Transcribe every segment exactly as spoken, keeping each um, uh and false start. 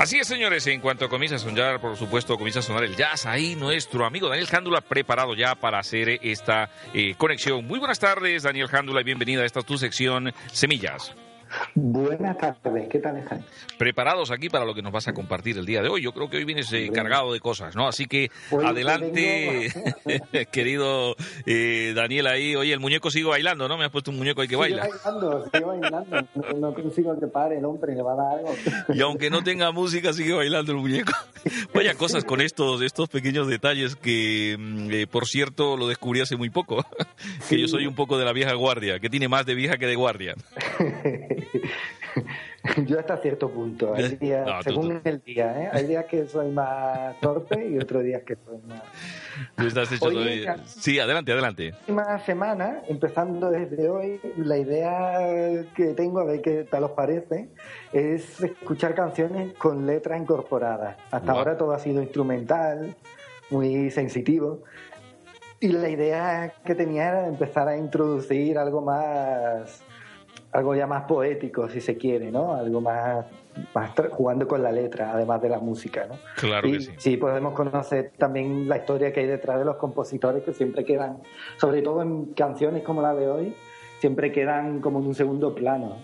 Así es, señores, en cuanto comienza a sonar, por supuesto, comienza a sonar el jazz, ahí nuestro amigo Daniel Jándula preparado ya para hacer esta eh, conexión. Muy buenas tardes, Daniel Jándula, y bienvenida a esta tu sección Semillas. Buenas tardes, ¿qué tal están? Preparados aquí para lo que nos vas a compartir el día de hoy. Yo creo que hoy vienes eh, cargado de cosas, ¿no? Así que Hoy adelante, vengo... querido eh, Daniel ahí. Oye, el muñeco sigue bailando, ¿no? Me has puesto un muñeco ahí que sigue baila. bailando, sigue bailando. No, no consigo que pare el hombre, le va a dar algo. Y aunque no tenga música, sigue bailando el muñeco. Vaya cosas con estos, estos pequeños detalles que, eh, por cierto, lo descubrí hace muy poco. Que sí. Yo soy un poco de la vieja guardia, que tiene más de vieja que de guardia. Yo hasta cierto punto, hay días, no, según tú, tú. el día, ¿eh? Hay días que soy más torpe y otros días que soy más... Tú estás hecho Oye, todavía... Sí, adelante, adelante. La última semana, empezando desde hoy, la idea que tengo, a ver qué tal os parece, es escuchar canciones con letras incorporadas. Hasta wow. ahora todo ha sido instrumental, muy sensitivo. Y la idea que tenía era empezar a introducir algo más... algo ya más poético, si se quiere, ¿no? Algo más, más tra- jugando con la letra, además de la música, ¿no? Claro y, que sí. Sí, podemos conocer también la historia que hay detrás de los compositores, que siempre quedan, sobre todo en canciones como la de hoy, siempre quedan como en un segundo plano.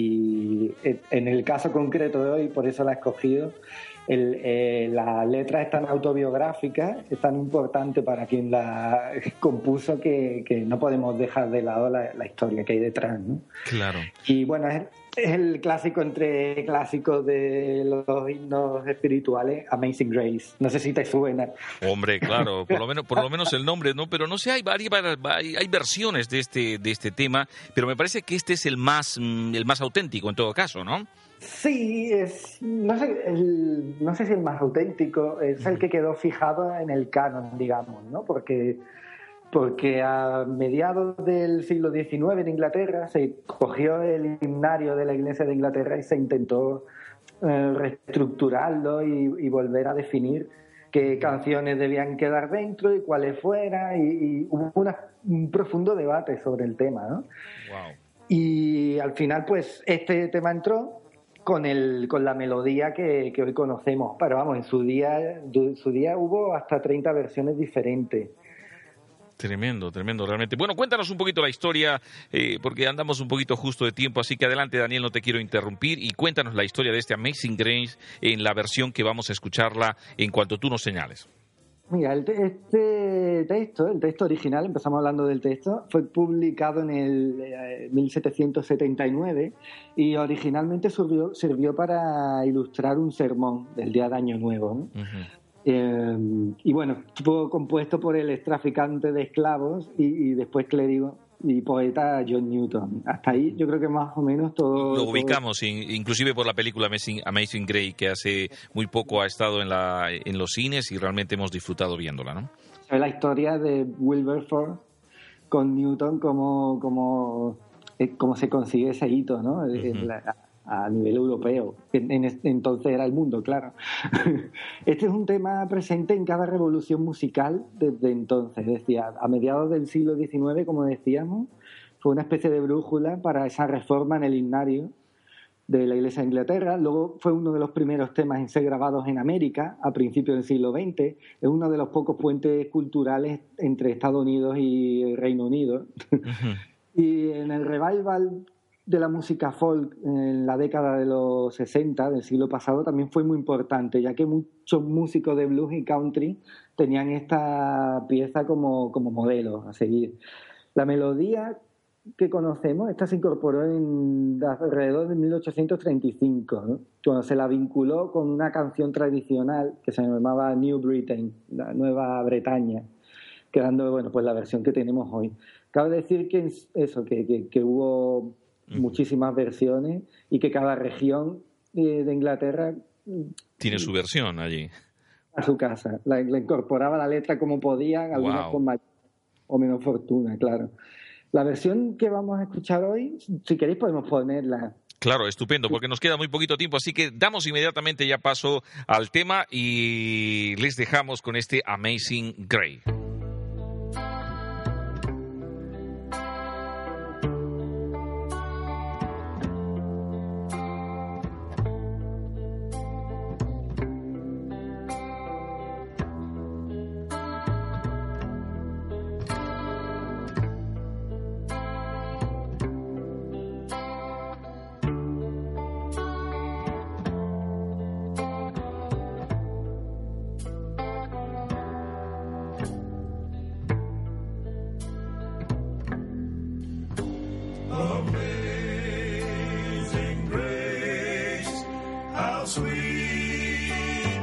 Y, y en el caso concreto de hoy, por eso la he escogido, el, eh, la letra es tan autobiográfica, es tan importante para quien la compuso que, que no podemos dejar de lado la, la historia que hay detrás, ¿no? Claro. Y bueno, es, es el clásico entre clásicos de los himnos espirituales, Amazing Grace. No sé si te suena. Hombre, claro, por lo menos, por lo menos el nombre, ¿no? Pero no sé, hay varias, hay, hay versiones de este, de este tema, pero me parece que este es el más, el más auténtico en todo caso, ¿no? Sí, es, no sé, el, no sé si el más auténtico, es el que quedó fijado en el canon, digamos, ¿no? Porque, porque a mediados del siglo diecinueve en Inglaterra se cogió el himnario de la Iglesia de Inglaterra y se intentó eh, reestructurarlo y, y volver a definir qué canciones debían quedar dentro y cuáles fuera, y, y hubo una, un profundo debate sobre el tema, ¿no? Wow. Y al final, pues, este tema entró con el con la melodía que, que hoy conocemos, pero vamos, en su día en su día hubo hasta treinta versiones diferentes. Tremendo, tremendo, realmente. Bueno, cuéntanos un poquito la historia, eh, porque andamos un poquito justo de tiempo, así que adelante, Daniel, no te quiero interrumpir, y cuéntanos la historia de este Amazing Grace en la versión que vamos a escucharla en cuanto tú nos señales. Mira, el te- este texto, el texto original, empezamos hablando del texto, fue publicado en el eh, mil setecientos setenta y nueve y originalmente sirvió, sirvió para ilustrar un sermón del día de Año Nuevo, ¿no? Uh-huh. Eh, y bueno, fue compuesto por el extraficante de esclavos y, y después clérigo y poeta John Newton. Hasta ahí yo creo que más o menos todo... Lo ubicamos, todo... in, inclusive por la película Amazing, Amazing Grace, que hace muy poco ha estado en, la, en los cines y realmente hemos disfrutado viéndola, ¿no? Es la historia de Wilberforce con Newton, como, como, como se consigue ese hito, ¿no? Uh-huh. En la, a nivel europeo, en, en, entonces era el mundo, claro. Este es un tema presente en cada revolución musical desde entonces, es decir, a mediados del siglo diecinueve, como decíamos, fue una especie de brújula para esa reforma en el himnario de la Iglesia de Inglaterra. Luego fue uno de los primeros temas en ser grabados en América a principios del siglo veinte, es uno de los pocos puentes culturales entre Estados Unidos y el Reino Unido. Uh-huh. Y en el revival de la música folk en la década de los sesenta del siglo pasado también fue muy importante, ya que muchos músicos de blues y country tenían esta pieza como, como modelo a seguir. La melodía que conocemos, esta se incorporó en alrededor de mil ochocientos treinta y cinco, ¿no? Cuando se la vinculó con una canción tradicional que se llamaba New Britain, la Nueva Bretaña, quedando, bueno, pues la versión que tenemos hoy. Cabe decir que eso, que, que, que hubo muchísimas versiones y que cada región de, de Inglaterra tiene su versión allí a su casa, la, la incorporaba la letra como podían, algunas wow. con mayor o menos fortuna, claro. La versión que vamos a escuchar hoy, si queréis podemos ponerla. Claro, estupendo, porque nos queda muy poquito tiempo, así que damos inmediatamente ya paso al tema y les dejamos con este Amazing Grace.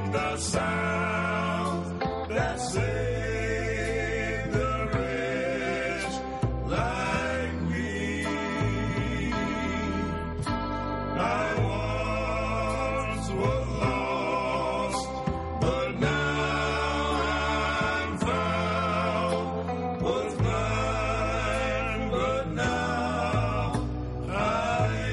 the sound that saved the wretch like me. I once was lost, but now I'm found. Was blind, but now I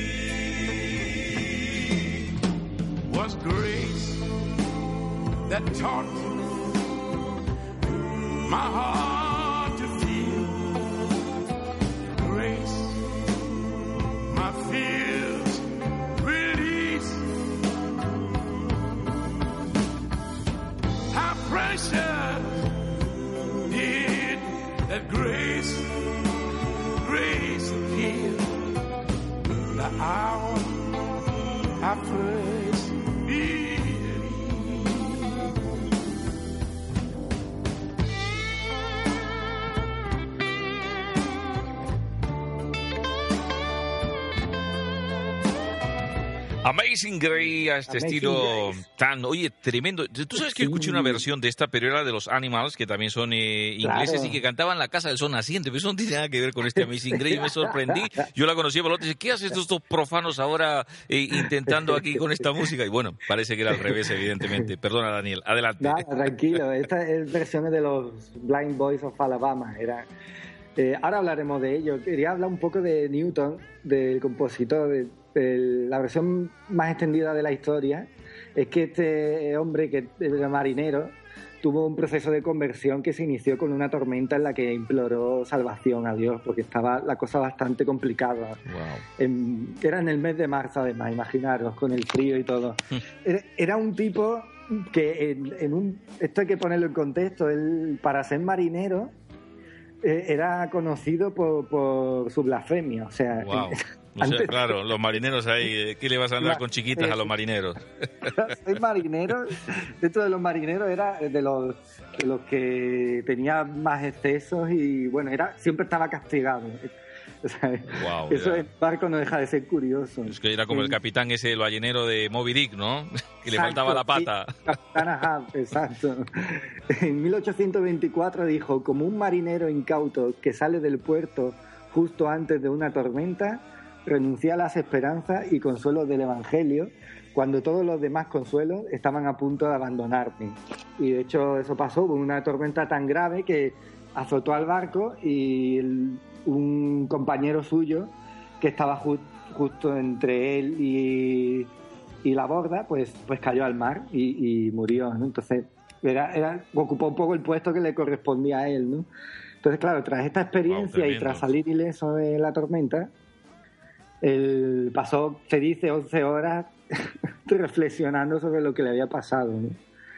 see. Was grace that taught my heart to feel. Grace, my fears release. How precious did that grace, grace appear. The hour I first believed. Amazing Grace, a este Amazing estilo Grace. tan, oye, tremendo. Tú sabes que Sí. escuché una versión de esta, pero era de los Animals, que también son eh, ingleses Claro. y que cantaban La Casa del Sol Naciente, pero eso no tiene nada que ver con este Amazing Grace. Me sorprendí. Yo la conocía, pero dije, ¿qué hacen estos dos profanos ahora eh, intentando aquí con esta música? Y bueno, parece que era al revés, evidentemente. Perdona, Daniel, adelante. Nada, tranquilo, esta es versiones de los Blind Boys of Alabama. Era, eh, ahora hablaremos de ello. Quería hablar un poco de Newton, del compositor, de, de la versión más extendida de la historia. Es que este hombre, que era marinero, tuvo un proceso de conversión que se inició con una tormenta en la que imploró salvación a Dios, porque estaba la cosa bastante complicada. Wow. En- era en el mes de marzo, además, imaginaros, con el frío y todo. Era, era un tipo que en, en un... Esto hay que ponerlo en contexto. Él, para ser marinero, eh, era conocido por, por su blasfemia. O sea, Wow. O sea, antes- claro, los marineros ahí, eh, ¿qué le vas a andar La- con chiquitas a los marineros? ser marinero, dentro de los marineros era de los, de los que tenía más excesos y bueno, era siempre estaba castigado. O sea, Wow, eso ya. en barco no deja de ser curioso. Es que era como el Sí. capitán ese, el ballenero de Moby Dick, ¿no? Que le Exacto, faltaba la pata. sí, Capitán Ahab, exacto. En mil ochocientos veinticuatro dijo, como un marinero incauto que sale del puerto justo antes de una tormenta, renuncié a las esperanzas y consuelos del Evangelio cuando todos los demás consuelos estaban a punto de abandonarme. Y de hecho eso pasó con una tormenta tan grave que azotó al barco y el- un compañero suyo que estaba ju- justo entre él y, y la borda, pues, pues cayó al mar y, y murió, ¿no? Entonces era, era, ocupó un poco el puesto que le correspondía a él, ¿no? Entonces, claro, tras esta experiencia Wow, y tras tremendo. salir ileso de la tormenta, él pasó, se dice, once horas reflexionando sobre lo que le había pasado, ¿no?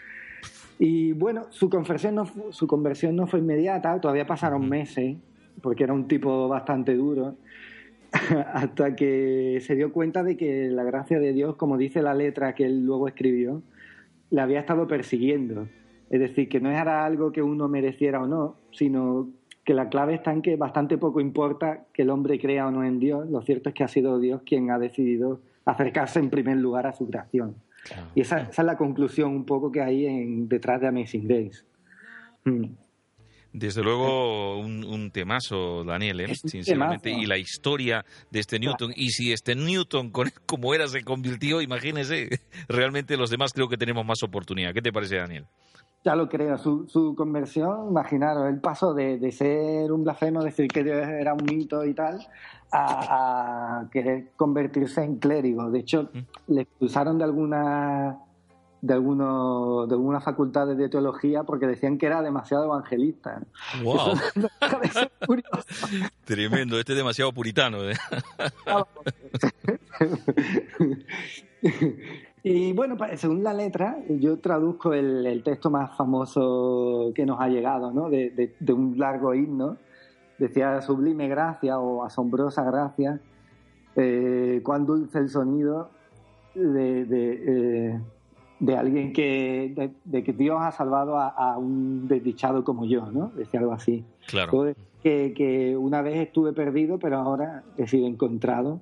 Y bueno, su conversión no fu- su conversión no fue inmediata, todavía pasaron meses, porque era un tipo bastante duro, hasta que se dio cuenta de que la gracia de Dios, como dice la letra que él luego escribió, le había estado persiguiendo. Es decir, que no era algo que uno mereciera o no, sino que la clave está en que bastante poco importa que el hombre crea o no en Dios, lo cierto es que ha sido Dios quien ha decidido acercarse en primer lugar a su creación. Claro. Y esa, esa es la conclusión un poco que hay en, detrás de Amazing Grace. Mm. Desde luego, un, un temazo, Daniel, ¿eh? Es un Sinceramente. temazo. Y la historia de este Newton. Y si este Newton, con, como era, se convirtió, imagínese, realmente los demás creo que tenemos más oportunidad. ¿Qué te parece, Daniel? Ya lo creo, su, su conversión, imaginaros, el paso de, de ser un blasfemo, decir que Dios era un mito y tal, a, a querer convertirse en clérigo. De hecho, le expulsaron de alguna de algunos de algunas facultades de teología porque decían que era demasiado evangelista. ¡Wow! No deja de ser curioso. Tremendo, este es demasiado puritano. ¿eh? Y bueno, pa- según la letra, yo traduzco el, el texto más famoso que nos ha llegado, ¿no? De, de- de un largo himno. Decía sublime gracia o asombrosa gracia, eh, cuán dulce el sonido de, de, eh, de alguien que, de, de que Dios ha salvado a, a un desdichado como yo, ¿no? Decía algo así. Claro. Entonces, que, que una vez estuve perdido, pero ahora he sido encontrado.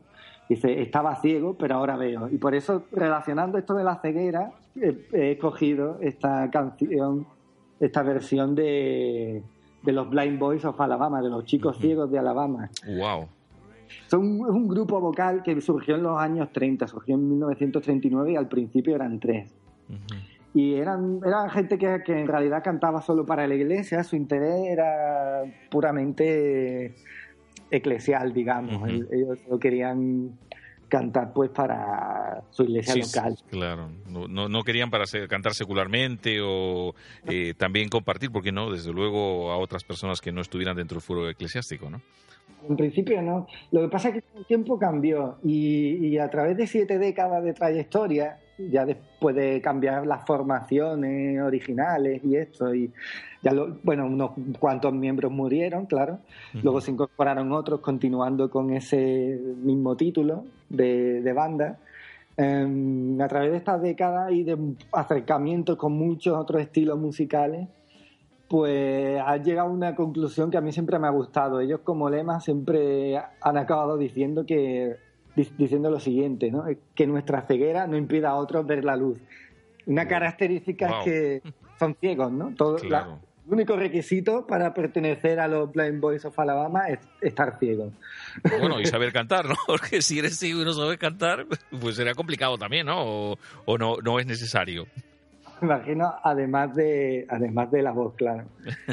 Dice, estaba ciego, pero ahora veo. Y por eso, relacionando esto de la ceguera, he, he escogido esta canción, esta versión de, de los Blind Boys of Alabama, de los chicos uh-huh. ciegos de Alabama. Wow. Son un, un grupo vocal que surgió en los años treinta, surgió en mil novecientos treinta y nueve y al principio eran tres. Uh-huh. Y eran, eran gente que, que en realidad cantaba solo para la iglesia, su interés era puramente eclesial, digamos. Uh-huh. Ellos lo querían cantar pues para su iglesia sí, local. Sí, claro, no, no, no querían para ser, cantar secularmente o eh, también compartir, porque no, desde luego a otras personas que no estuvieran dentro del foro eclesiástico, ¿no? En principio no. Lo que pasa es que el tiempo cambió y, y a través de siete décadas de trayectoria, ya después de cambiar las formaciones originales y esto, y ya lo, bueno, unos cuantos miembros murieron, claro, uh-huh. luego se incorporaron otros continuando con ese mismo título de, de banda. Um, a través de estas décadas y de acercamientos con muchos otros estilos musicales, pues ha llegado a una conclusión que a mí siempre me ha gustado. Ellos como lema siempre han acabado diciendo que diciendo lo siguiente, ¿no? Que nuestra ceguera no impida a otros ver la luz. Una característica wow. es que son ciegos, ¿no? Todo, claro. la, el único requisito para pertenecer a los Blind Boys of Alabama es estar ciego. Bueno, y saber cantar, ¿no? Porque si eres ciego y no sabes cantar, pues será complicado también, ¿no? O, o no, no es necesario. Me imagino, además de, además de la voz, claro.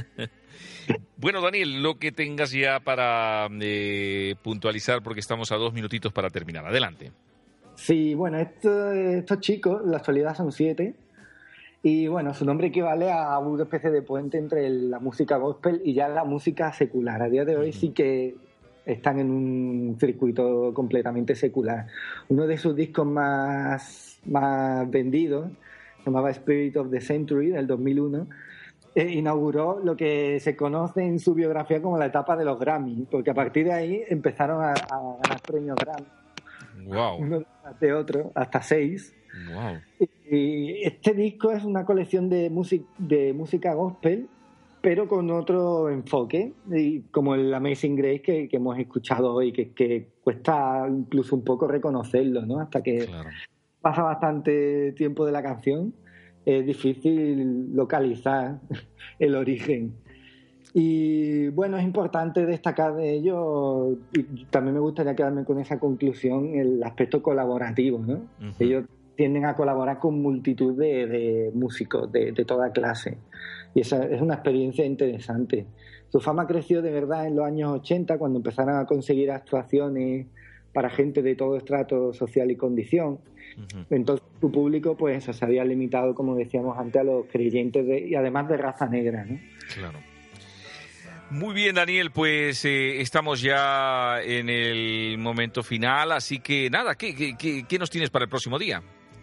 Bueno, Daniel, lo que tengas ya para eh, puntualizar, porque estamos a dos minutitos para terminar. Adelante. Sí, bueno, esto, estos chicos, en la actualidad son siete, y bueno, su nombre equivale a una especie de puente entre la música gospel y ya la música secular. A día de hoy uh-huh. sí que están en un circuito completamente secular. Uno de sus discos más, más vendidos se llamaba Spirit of the Century, del dos mil uno, eh, inauguró lo que se conoce en su biografía como la etapa de los Grammy, porque a partir de ahí empezaron a, a ganar premios Grammy. Wow. Uno de otro, hasta seis. Wow. Y, y este disco es una colección de, music, de música gospel, pero con otro enfoque, y como el Amazing Grace que, que hemos escuchado hoy, que, que cuesta incluso un poco reconocerlo, ¿no? Hasta que... Claro. Pasa bastante tiempo de la canción, es difícil localizar el origen. Y bueno, es importante destacar de ello, y también me gustaría quedarme con esa conclusión, el aspecto colaborativo, ¿no? Uh-huh. Ellos tienden a colaborar con multitud de, de músicos de, de toda clase, y esa es una experiencia interesante. Su fama creció de verdad en los años ochenta, cuando empezaron a conseguir actuaciones para gente de todo estrato social y condición. Uh-huh. Entonces su público pues se había limitado, como decíamos antes, a los creyentes de, y además de raza negra, ¿no? Claro. Muy bien, Daniel, pues eh, estamos ya en el momento final, así que nada, ¿qué, qué, qué, qué nos tienes para el próximo día?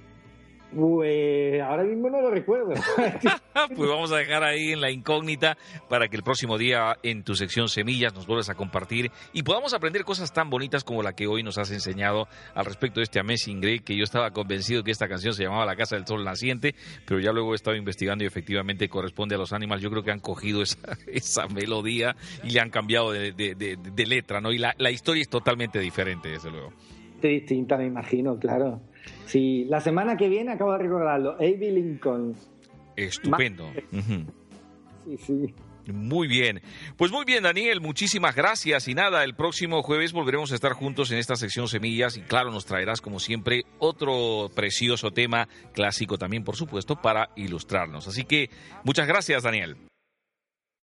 Pues ahora mismo no lo recuerdo. Pues vamos a dejar ahí en la incógnita para que el próximo día en tu sección Semillas nos vuelvas a compartir y podamos aprender cosas tan bonitas como la que hoy nos has enseñado al respecto de este Amazing Grace, que yo estaba convencido que esta canción se llamaba La Casa del Sol Naciente, pero ya luego he estado investigando y efectivamente corresponde a los Animals. Yo creo que han cogido esa, esa melodía y le han cambiado de, de, de, de letra, ¿no? Y la, la historia es totalmente diferente, desde luego. Distinta, me imagino, claro. Sí, la semana que viene acabo de recordarlo, Abbey Lincoln. Estupendo. Uh-huh. Sí, sí. Muy bien. Pues muy bien, Daniel, muchísimas gracias. Y nada, el próximo jueves volveremos a estar juntos en esta sección Semillas y claro, nos traerás como siempre otro precioso tema clásico también, por supuesto, para ilustrarnos. Así que muchas gracias, Daniel.